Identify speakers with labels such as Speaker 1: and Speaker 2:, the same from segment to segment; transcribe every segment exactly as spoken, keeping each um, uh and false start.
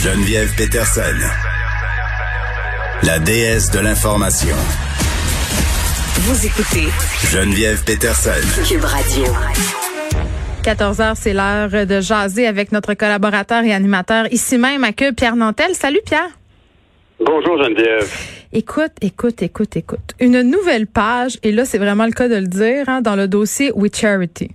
Speaker 1: Geneviève Peterson, la déesse de l'information.
Speaker 2: Vous écoutez
Speaker 1: Geneviève Peterson,
Speaker 2: Cube Radio.
Speaker 3: quatorze heures, c'est l'heure de jaser avec notre collaborateur et animateur ici même à Cube, Pierre Nantel. Salut Pierre.
Speaker 4: Bonjour Geneviève.
Speaker 3: Écoute, écoute, écoute, écoute. Une nouvelle page, et là c'est vraiment le cas de le dire, hein, dans le dossier We Charity.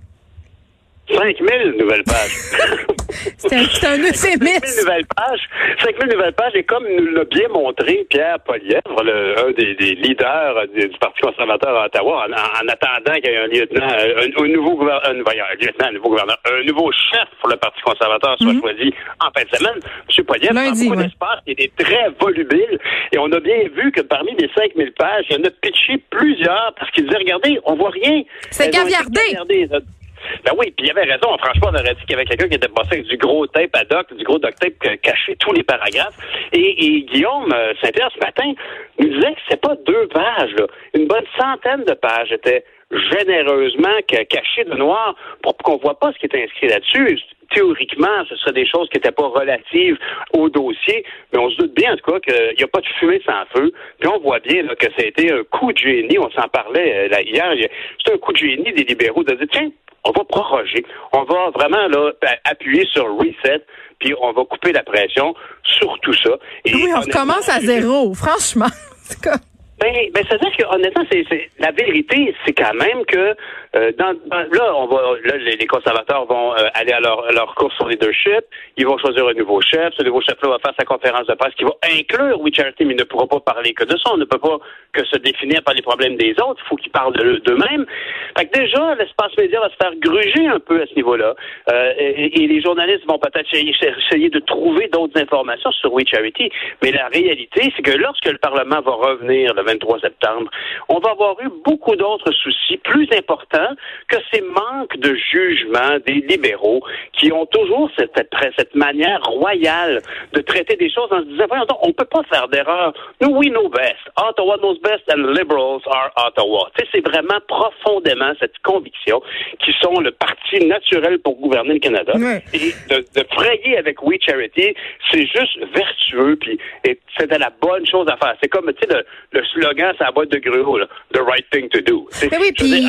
Speaker 4: cinq mille nouvelles pages.
Speaker 3: C'est un, c'est un euphémisme.
Speaker 4: cinq mille nouvelles pages. cinq mille nouvelles pages, et comme nous l'a bien montré Pierre Poilievre, le, un des, des leaders du, du Parti conservateur à Ottawa, en, en attendant qu'il y ait un lieutenant, un, un nouveau gouverneur, un, un lieutenant, un nouveau gouverneur, un nouveau chef pour le Parti conservateur soit mm-hmm. choisi en fin de semaine, M. Poilievre a beaucoup ouais. d'espace, il est très volubile, et on a bien vu que parmi les cinq mille pages, il y en a pitché plusieurs, parce qu'il disait, regardez, on voit rien.
Speaker 3: C'est caviardé.
Speaker 4: Ben oui, puis il avait raison. Franchement, on aurait dit qu'il y avait quelqu'un qui était passé avec du gros tape ad hoc, du gros duct tape caché tous les paragraphes. Et, et Guillaume Saint-Pierre, ce matin, nous disait que c'est pas deux pages, là. Une bonne centaine de pages étaient généreusement cachées de noir pour qu'on voit pas ce qui est inscrit là-dessus. Théoriquement, ce serait des choses qui n'étaient pas relatives au dossier, mais on se doute bien, en tout cas, qu'il n'y a pas de fumée sans feu. Puis on voit bien là, que ça a été un coup de génie. On s'en parlait là, hier. C'est un coup de génie des libéraux de dire, tiens, on va proroger. On va vraiment là appuyer sur reset, puis on va couper la pression sur tout ça. Et
Speaker 3: oui, on recommence à zéro, franchement. C'est comme...
Speaker 4: Ben, ben, c'est-à-dire que honnêtement, c'est, c'est la vérité, c'est quand même que euh, dans, dans là, on va là, les, les conservateurs vont euh, aller à leur, à leur course sur leadership. Ils vont choisir un nouveau chef. Ce nouveau chef-là va faire sa conférence de presse qui va inclure We Charity, mais il ne pourra pas parler que de ça. On ne peut pas que se définir par les problèmes des autres. Il faut qu'ils parlent de, d'eux-mêmes. Fait que déjà, l'espace média va se faire gruger un peu à ce niveau-là. Euh, et, et les journalistes vont peut-être essayer, essayer de trouver d'autres informations sur We Charity. Mais la réalité, c'est que lorsque le Parlement va revenir le vingt-trois septembre, on va avoir eu beaucoup d'autres soucis plus importants que ces manques de jugement des libéraux qui ont toujours cette, cette manière royale de traiter des choses en se disant, voyons donc, on peut pas faire d'erreur. Nous, we know best. Ottawa knows best and liberals are Ottawa. Tu sais, c'est vraiment profondément cette conviction qui sont le parti naturel pour gouverner le Canada. Ouais. Et de, de frayer avec We Charity, c'est juste vertueux, puis c'était la bonne chose à faire. C'est comme, tu sais, le, le slogan, c'est la boîte de gruau, là. The right thing to do.
Speaker 3: Mais oui, puis...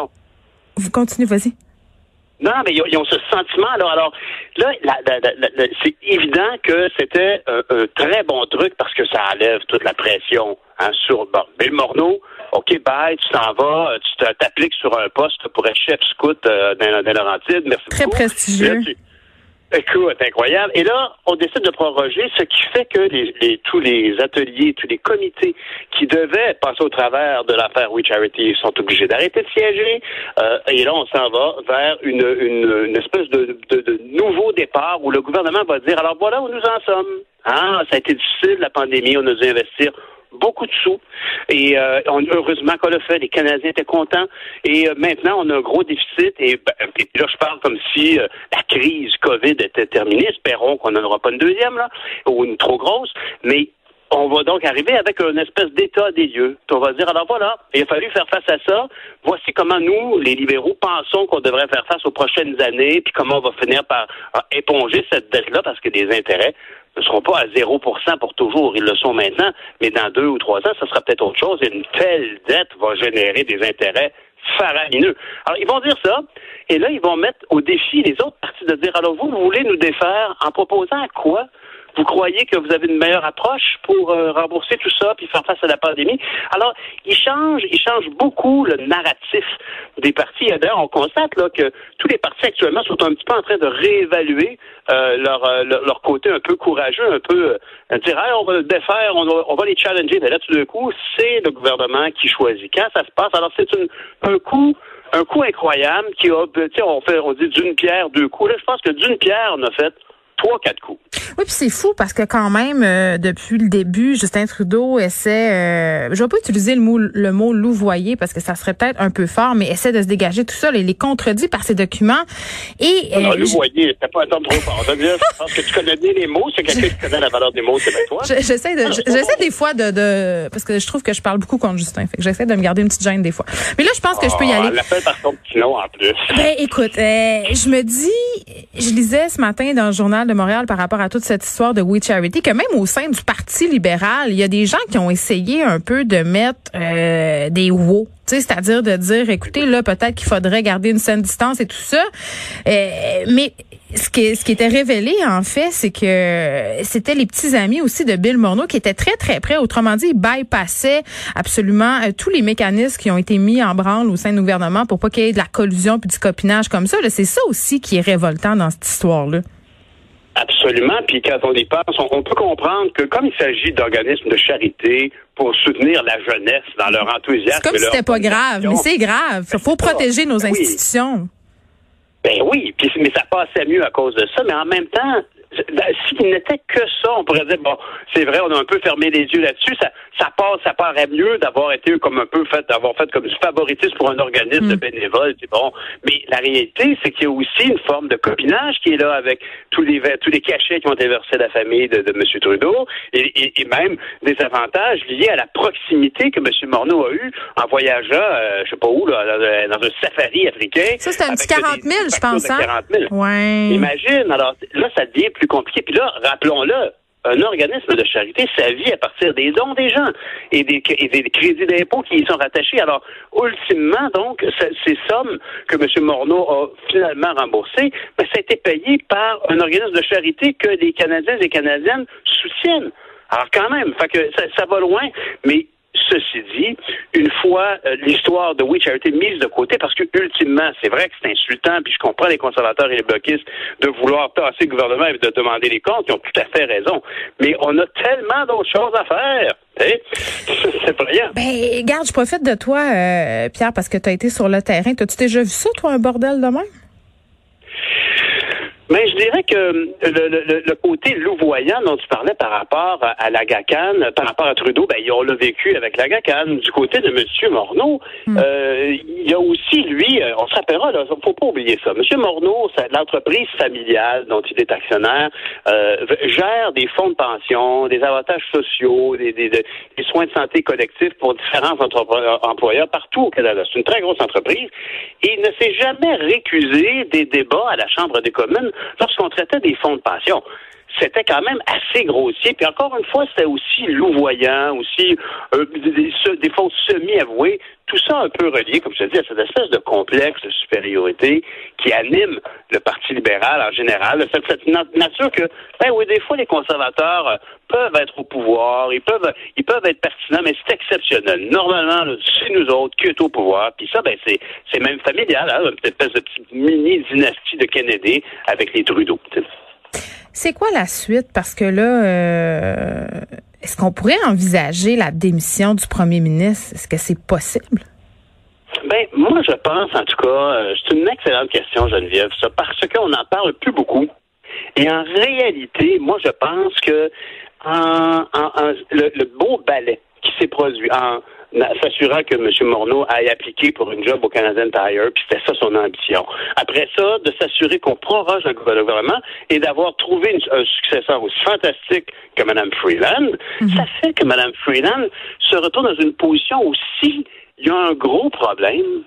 Speaker 3: Vous continuez, vas-y.
Speaker 4: Non, mais ils ont, ils ont ce sentiment. Alors, alors là, la, la, la, la, c'est évident que c'était un, un très bon truc parce que ça enlève toute la pression hein, sur bon, Bill Morneau. OK, bye, tu t'en vas, tu t'appliques sur un poste pour être chef scout euh, dans, dans Laurentides. Merci
Speaker 3: très
Speaker 4: beaucoup.
Speaker 3: Très prestigieux.
Speaker 4: Là, tu, Écoute, incroyable. Et là, on décide de proroger, ce qui fait que les, les, tous les ateliers, tous les comités qui devaient passer au travers de l'affaire We Charity sont obligés d'arrêter de siéger. Euh, et là, on s'en va vers une, une, une espèce de, de, de nouveau départ où le gouvernement va dire, alors voilà où nous en sommes. Ah, ça a été difficile, la pandémie, on a dû investir beaucoup de sous. Et euh, on, heureusement qu'on l'a fait. Les Canadiens étaient contents. Et euh, maintenant, on a un gros déficit. Et, ben, et là, je parle comme si euh, la crise COVID était terminée. Espérons qu'on n'en aura pas une deuxième, là, ou une trop grosse. Mais on va donc arriver avec une espèce d'état des lieux. Puis on va dire, alors voilà, il a fallu faire face à ça. Voici comment nous, les libéraux, pensons qu'on devrait faire face aux prochaines années, puis comment on va finir par éponger cette dette-là, parce que les intérêts ne seront pas à zéro pour cent pour toujours. Ils le sont maintenant, mais dans deux ou trois ans, ça sera peut-être autre chose. Et une telle dette va générer des intérêts faramineux. Alors, ils vont dire ça, et là, ils vont mettre au défi les autres partis de dire, alors vous, vous voulez nous défaire en proposant quoi? Vous croyez que vous avez une meilleure approche pour euh, rembourser tout ça puis faire face à la pandémie? Alors, ils changent, ils changent beaucoup le narratif des partis. Et d'ailleurs, on constate là que tous les partis actuellement sont un petit peu en train de réévaluer euh, leur, euh, leur côté un peu courageux, un peu euh, dire hey, on va le défaire, on va, on va les challenger. Mais là, tout d'un coup, c'est le gouvernement qui choisit. Quand ça se passe, alors c'est une, un coup. Un coup incroyable qui a, tu sais, on fait, on dit d'une pierre deux coups. Là, je pense que d'une pierre, on a fait trois, quatre coups.
Speaker 3: Oui, puis c'est fou parce que quand même, euh, depuis le début, Justin Trudeau essaie, euh, je vais pas utiliser le mot, le mot louvoyer parce que ça serait peut-être un peu fort, mais essaie de se dégager tout ça, et les contredit par ses documents. Et,
Speaker 4: non, non,
Speaker 3: euh,
Speaker 4: louvoyer, c'est pas un terme trop fort. Je pense que tu connais bien les mots, c'est quelqu'un qui connaît la valeur des mots, c'est bien toi.
Speaker 3: J'essaie de, j'essaie des fois de, de, parce que je trouve que je parle beaucoup contre Justin, fait que j'essaie de me garder une petite gêne des fois. Mais là, je pense que je peux y aller.
Speaker 4: On l'appelle par son petit nom en plus.
Speaker 3: Ben, écoute, euh, je me dis, je lisais ce matin dans le journal de Montréal par rapport à toute cette histoire de We Charity, que même au sein du Parti libéral, il y a des gens qui ont essayé un peu de mettre euh, des wots. C'est-à-dire de dire, écoutez, là, peut-être qu'il faudrait garder une saine distance et tout ça. Euh, mais ce qui, ce qui était révélé, en fait, c'est que c'était les petits amis aussi de Bill Morneau qui étaient très, très près. Autrement dit, ils bypassaient absolument euh, tous les mécanismes qui ont été mis en branle au sein du gouvernement pour pas qu'il y ait de la collusion puis du copinage comme ça. Là, c'est ça aussi qui est révoltant dans cette histoire-là.
Speaker 4: Absolument. Puis quand on y pense, on, on peut comprendre que comme il s'agit d'organismes de charité pour soutenir la jeunesse dans leur enthousiasme...
Speaker 3: C'est comme si c'était pas grave, mais c'est grave. Il faut protéger nos institutions.
Speaker 4: Ben oui, puis, mais ça passait mieux à cause de ça, mais en même temps, s'il n'était que ça, on pourrait dire, bon, c'est vrai, on a un peu fermé les yeux là-dessus, ça, ça passe, ça paraît mieux d'avoir été comme un peu fait, d'avoir fait comme du favoritisme pour un organisme mmh. de bénévoles, c'est bon. Mais la réalité, c'est qu'il y a aussi une forme de copinage qui est là avec tous les, tous les cachets qui ont été versés à la famille de, de M. Trudeau et, et, et même des avantages liés à la proximité que M. Morneau a eu en voyageant, euh, je sais pas où, là, dans, dans un safari africain.
Speaker 3: Ça, c'était un petit quarante mille, je pense, hein? quarante mille. Ouais.
Speaker 4: Imagine, alors là, ça devient plus compliqué. Puis là, rappelons-le, un organisme de charité, ça vit à partir des dons des gens et des, et des crédits d'impôt qui y sont rattachés. Alors, ultimement, donc, ces sommes que M. Morneau a finalement remboursées, ben, ça a été payé par un organisme de charité que les Canadiens et Canadiennes soutiennent. Alors, quand même, fait que ça, ça va loin, mais ceci dit, une fois euh, l'histoire de We Charity mise de côté, parce que ultimement, c'est vrai que c'est insultant, puis je comprends les conservateurs et les bloquistes de vouloir tasser le gouvernement et de demander les comptes, ils ont tout à fait raison. Mais on a tellement d'autres choses à faire. C'est brillant.
Speaker 3: Ben, regarde, je profite de toi, euh, Pierre, parce que tu as été sur le terrain. T'as-tu déjà vu ça, toi, un bordel de même?
Speaker 4: Mais je dirais que le, le, le côté louvoyant dont tu parlais par rapport à la G A C A N, par rapport à Trudeau, ben on l'a vécu avec la G A C A N. Du côté de M. Morneau, mm. euh, il y a aussi, lui, on se rappellera, là, faut pas oublier ça. M. Morneau, l'entreprise familiale dont il est actionnaire, euh, gère des fonds de pension, des avantages sociaux, des, des, des soins de santé collectifs pour différents employeurs partout au Canada. C'est une très grosse entreprise. Et il ne s'est jamais récusé des débats à la Chambre des communes lorsqu'on traitait des fonds de pension. C'était quand même assez grossier. Puis encore une fois, c'était aussi louvoyant, aussi euh, des, des fonds semi-avoués. Tout ça un peu relié, comme je te dis, à cette espèce de complexe de supériorité qui anime le Parti libéral en général. Cette, cette nature que, ben oui, des fois, les conservateurs euh, peuvent être au pouvoir, ils peuvent ils peuvent être pertinents, mais c'est exceptionnel. Normalement, là, c'est nous autres qui est au pouvoir. Puis ça, ben c'est c'est même familial, hein, une espèce de petite mini-dynastie de Kennedy avec les Trudeau. T'sais.
Speaker 3: C'est quoi la suite? Parce que là, euh, est-ce qu'on pourrait envisager la démission du premier ministre? Est-ce que c'est possible?
Speaker 4: Ben, moi, je pense, en tout cas, euh, c'est une excellente question, Geneviève, ça, parce qu'on n'en parle plus beaucoup. Et en réalité, moi, je pense que en, en, en, le, le beau ballet qui s'est produit en s'assurant que M. Morneau aille appliquer pour une job au Canadian Tire, puis c'était ça son ambition. Après ça, de s'assurer qu'on proroge le gouvernement et d'avoir trouvé une, un successeur aussi fantastique que Mme Freeland, mm-hmm. ça fait que Mme Freeland se retrouve dans une position où si il y a un gros problème,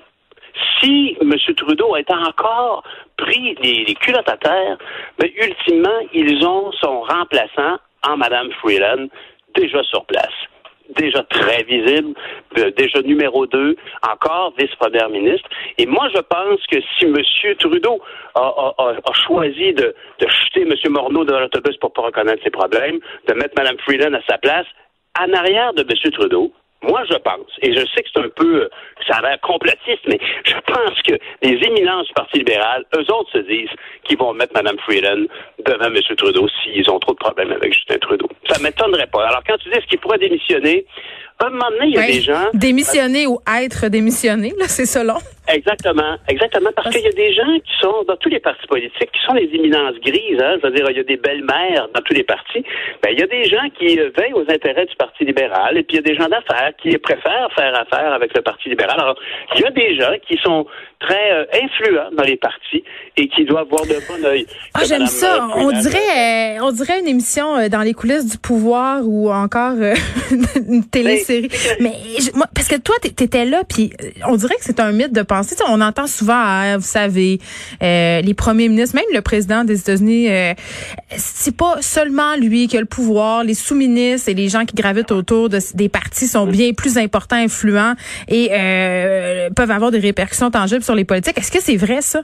Speaker 4: si M. Trudeau est encore pris les, les culottes à terre, ben, ultimement, ils ont son remplaçant en Mme Freeland déjà sur place. Déjà très visible, euh, déjà numéro deux, encore vice-première ministre. Et moi, je pense que si M. Trudeau a, a, a choisi de, de jeter M. Morneau dans l'autobus pour ne pas reconnaître ses problèmes, de mettre Mme Freeland à sa place, en arrière de M. Trudeau, moi, je pense, et je sais que c'est un peu, ça a l'air complotiste, mais je pense que les éminences du Parti libéral, eux autres se disent qu'ils vont mettre Mme Freeland devant M. Trudeau s'ils ont trop de problèmes avec Justin Trudeau. Ça m'étonnerait pas. Alors, quand tu dis qu'il pourrait démissionner, à un moment donné, il y a
Speaker 3: ouais,
Speaker 4: des gens...
Speaker 3: Démissionner euh, ou être démissionné, là, c'est ça, là.
Speaker 4: Exactement, exactement, parce, parce qu'il y a des gens qui sont dans tous les partis politiques, qui sont des éminences grises, hein, c'est-à-dire il y a des belles-mères dans tous les partis. Ben, il y a des gens qui euh, veillent aux intérêts du Parti libéral, et puis il y a des gens d'affaires qui préfèrent faire affaire avec le Parti libéral. Alors, il y a des gens qui sont très euh, influents dans les partis et qui doivent voir de bon œil.
Speaker 3: Ah, j'aime Madame, ça. Euh, on dirait, euh, on dirait une émission euh, dans les coulisses du pouvoir ou encore euh, une télé. série. Mais je, moi, parce que toi, t'étais là, puis on dirait que c'est un mythe de penser. T'sais, on entend souvent, ah, vous savez, euh, les premiers ministres, même le président des États-Unis, euh, c'est pas seulement lui qui a le pouvoir. Les sous-ministres et les gens qui gravitent autour de, des partis sont bien plus importants, influents et euh, peuvent avoir des répercussions tangibles sur les politiques. Est-ce que c'est vrai, ça?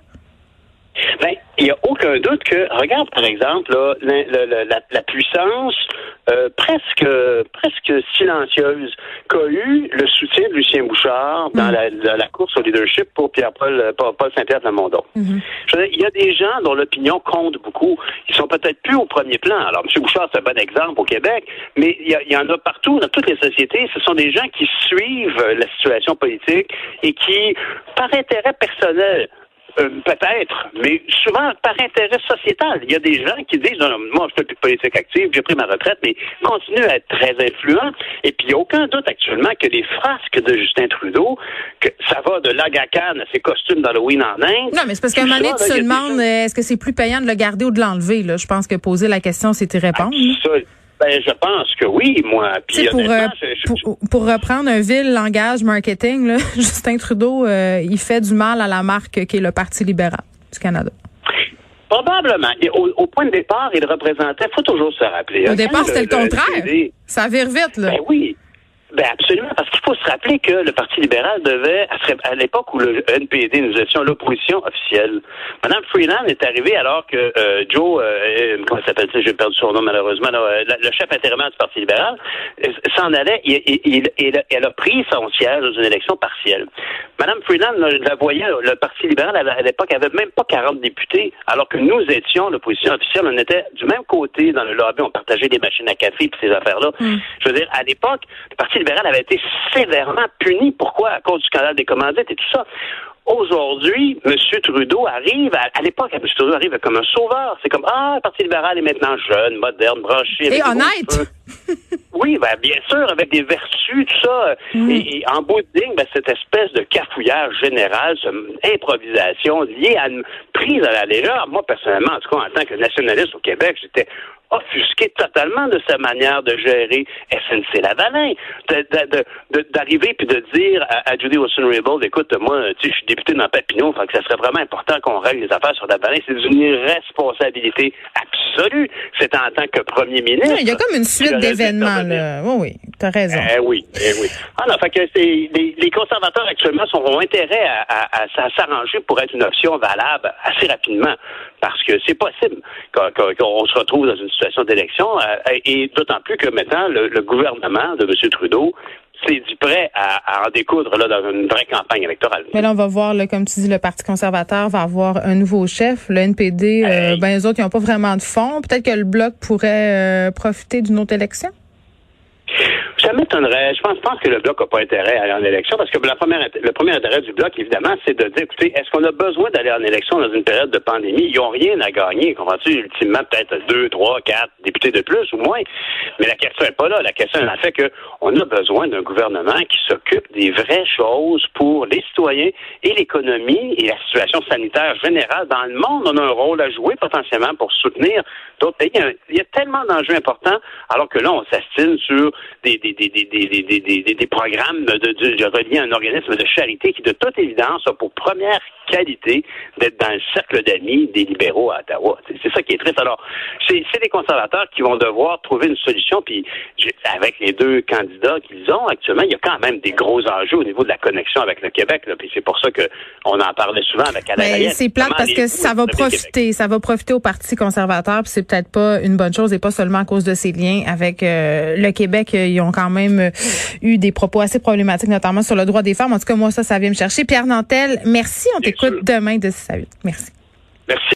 Speaker 4: Ben, il n'y a aucun doute que, regarde par exemple, là, la, la, la, la puissance euh, presque presque silencieuse qu'a eu le soutien de Lucien Bouchard dans mm. la, la, la course au leadership pour Pierre-Paul Paul Saint-Pierre Plamondon. Mm-hmm. Je veux dire, il y a des gens dont l'opinion compte beaucoup. Ils sont peut-être plus au premier plan. Alors, M. Bouchard, c'est un bon exemple au Québec, mais il y, a, il y en a partout, dans toutes les sociétés. Ce sont des gens qui suivent la situation politique et qui, par intérêt personnel, Euh, peut-être, mais souvent par intérêt sociétal. Il y a des gens qui disent, non, moi je fais plus de politique active, j'ai pris ma retraite, mais continue à être très influent. Et puis il n'y a aucun doute actuellement que les frasques de Justin Trudeau, que ça va de l'Aga Khan à ses costumes d'Halloween en Inde.
Speaker 3: Non, mais c'est parce qu'à un moment donné, tu te demandes, gens... est-ce que c'est plus payant de le garder ou de l'enlever, là? Je pense que poser la question, c'est y répondre.
Speaker 4: Absolument. Ben, je pense que oui, moi. Puis
Speaker 3: pour, euh,
Speaker 4: je, je...
Speaker 3: pour, pour reprendre un vil langage marketing, là, Justin Trudeau, euh, il fait du mal à la marque qui est le Parti libéral du Canada.
Speaker 4: Probablement. Au, au point de départ, il représentait, il faut toujours se rappeler.
Speaker 3: Au hein, départ, c'était le, le contraire. N P D, ça vire vite, là.
Speaker 4: Ben oui. Ben absolument, parce qu'il faut se rappeler que le Parti libéral devait, à l'époque où le N P D, nous étions l'opposition officielle, Mme Freeland est arrivée alors que euh, Joe, euh, comment s'appelle-t-il, j'ai perdu son nom malheureusement, là, le chef intérimaire du Parti libéral, s'en allait, et, et, et, et elle a pris son siège dans une élection partielle. Mme Freeland, la voyait, le Parti libéral à l'époque avait même pas quarante députés, alors que nous étions l'opposition officielle, on était du même côté dans le lobby, on partageait des machines à café et ces affaires-là. Mm. Je veux dire, à l'époque, le Parti libéral avait été sévèrement puni. Pourquoi? À cause du scandale des commandites et tout ça. Aujourd'hui, M. Trudeau arrive, à, à l'époque, M. Trudeau arrive comme un sauveur. C'est comme, ah, le Parti libéral est maintenant jeune, moderne, branché.
Speaker 3: Et honnête!
Speaker 4: Oui, ben, bien sûr, avec des vertus, tout ça. Mm. Et, et en bout de ligne, ben, cette espèce de cafouillage général, cette improvisation liée à une prise à la légère. Moi, personnellement, en tout cas, en tant que nationaliste au Québec, j'étais offusqué totalement de sa manière de gérer S N C-Lavalin, de, de, de, de, d'arriver puis de dire à, à Judy Wilson-Raybould, écoute, moi, tu sais, je suis député dans Papineau, fait que ça serait vraiment important qu'on règle les affaires sur Lavalin. C'est une irresponsabilité absolue. C'est en tant que premier ministre.
Speaker 3: Il y a comme une suite d'événements, là. Oui, oui, t'as raison.
Speaker 4: Eh oui, eh oui. Alors, fait que c'est, les, les conservateurs actuellement sont, ont intérêt à, à, à, à s'arranger pour être une option valable assez rapidement. Parce que c'est possible qu'on, qu'on se retrouve dans une situation d'élection, euh, et d'autant plus que maintenant, le, le gouvernement de M. Trudeau s'est dit prêt à, à en découdre là, dans une vraie campagne électorale.
Speaker 3: Mais là, on va voir, là, comme tu dis, le Parti conservateur va avoir un nouveau chef. Le N P D, hey. euh, ben les autres, ils n'ont pas vraiment de fonds. Peut-être que le Bloc pourrait euh, profiter d'une autre élection?
Speaker 4: Ça m'étonnerait. Je pense, je pense que le Bloc n'a pas intérêt à aller en élection parce que la première, le premier intérêt du Bloc, évidemment, c'est de dire, écoutez, est-ce qu'on a besoin d'aller en élection dans une période de pandémie? Ils n'ont rien à gagner. Comprends-tu? Ultimement, peut-être deux, trois, quatre députés de plus ou moins. Mais la question n'est pas là. La question est en fait qu'on a besoin d'un gouvernement qui s'occupe des vraies choses pour les citoyens et l'économie et la situation sanitaire générale dans le monde. On a un rôle à jouer potentiellement pour soutenir d'autres pays. Il y a, il y a tellement d'enjeux importants alors que là, on s'astine sur des, des Des, des, des, des, des, des, des programmes de, de, de reliés à un organisme de charité qui, de toute évidence, a pour première qualité d'être dans le cercle d'amis des libéraux à Ottawa. C'est ça qui est triste. Alors, c'est, c'est les conservateurs qui vont devoir trouver une solution, puis avec les deux candidats qu'ils ont actuellement, il y a quand même des gros enjeux au niveau de la connexion avec le Québec, là, puis c'est pour ça qu'on en parlait souvent avec Alain Rayette.
Speaker 3: C'est plate parce que ça va profiter, ça va profiter au Parti conservateur, puis c'est peut-être pas une bonne chose, et pas seulement à cause de ses liens avec euh, le Québec. Ils ont quand même eu des propos assez problématiques, notamment sur le droit des femmes. En tout cas, moi, ça, ça vient me chercher. Pierre Nantel, merci. On Bien t'écoute sûr. Demain de six à huit. Merci.
Speaker 4: Merci.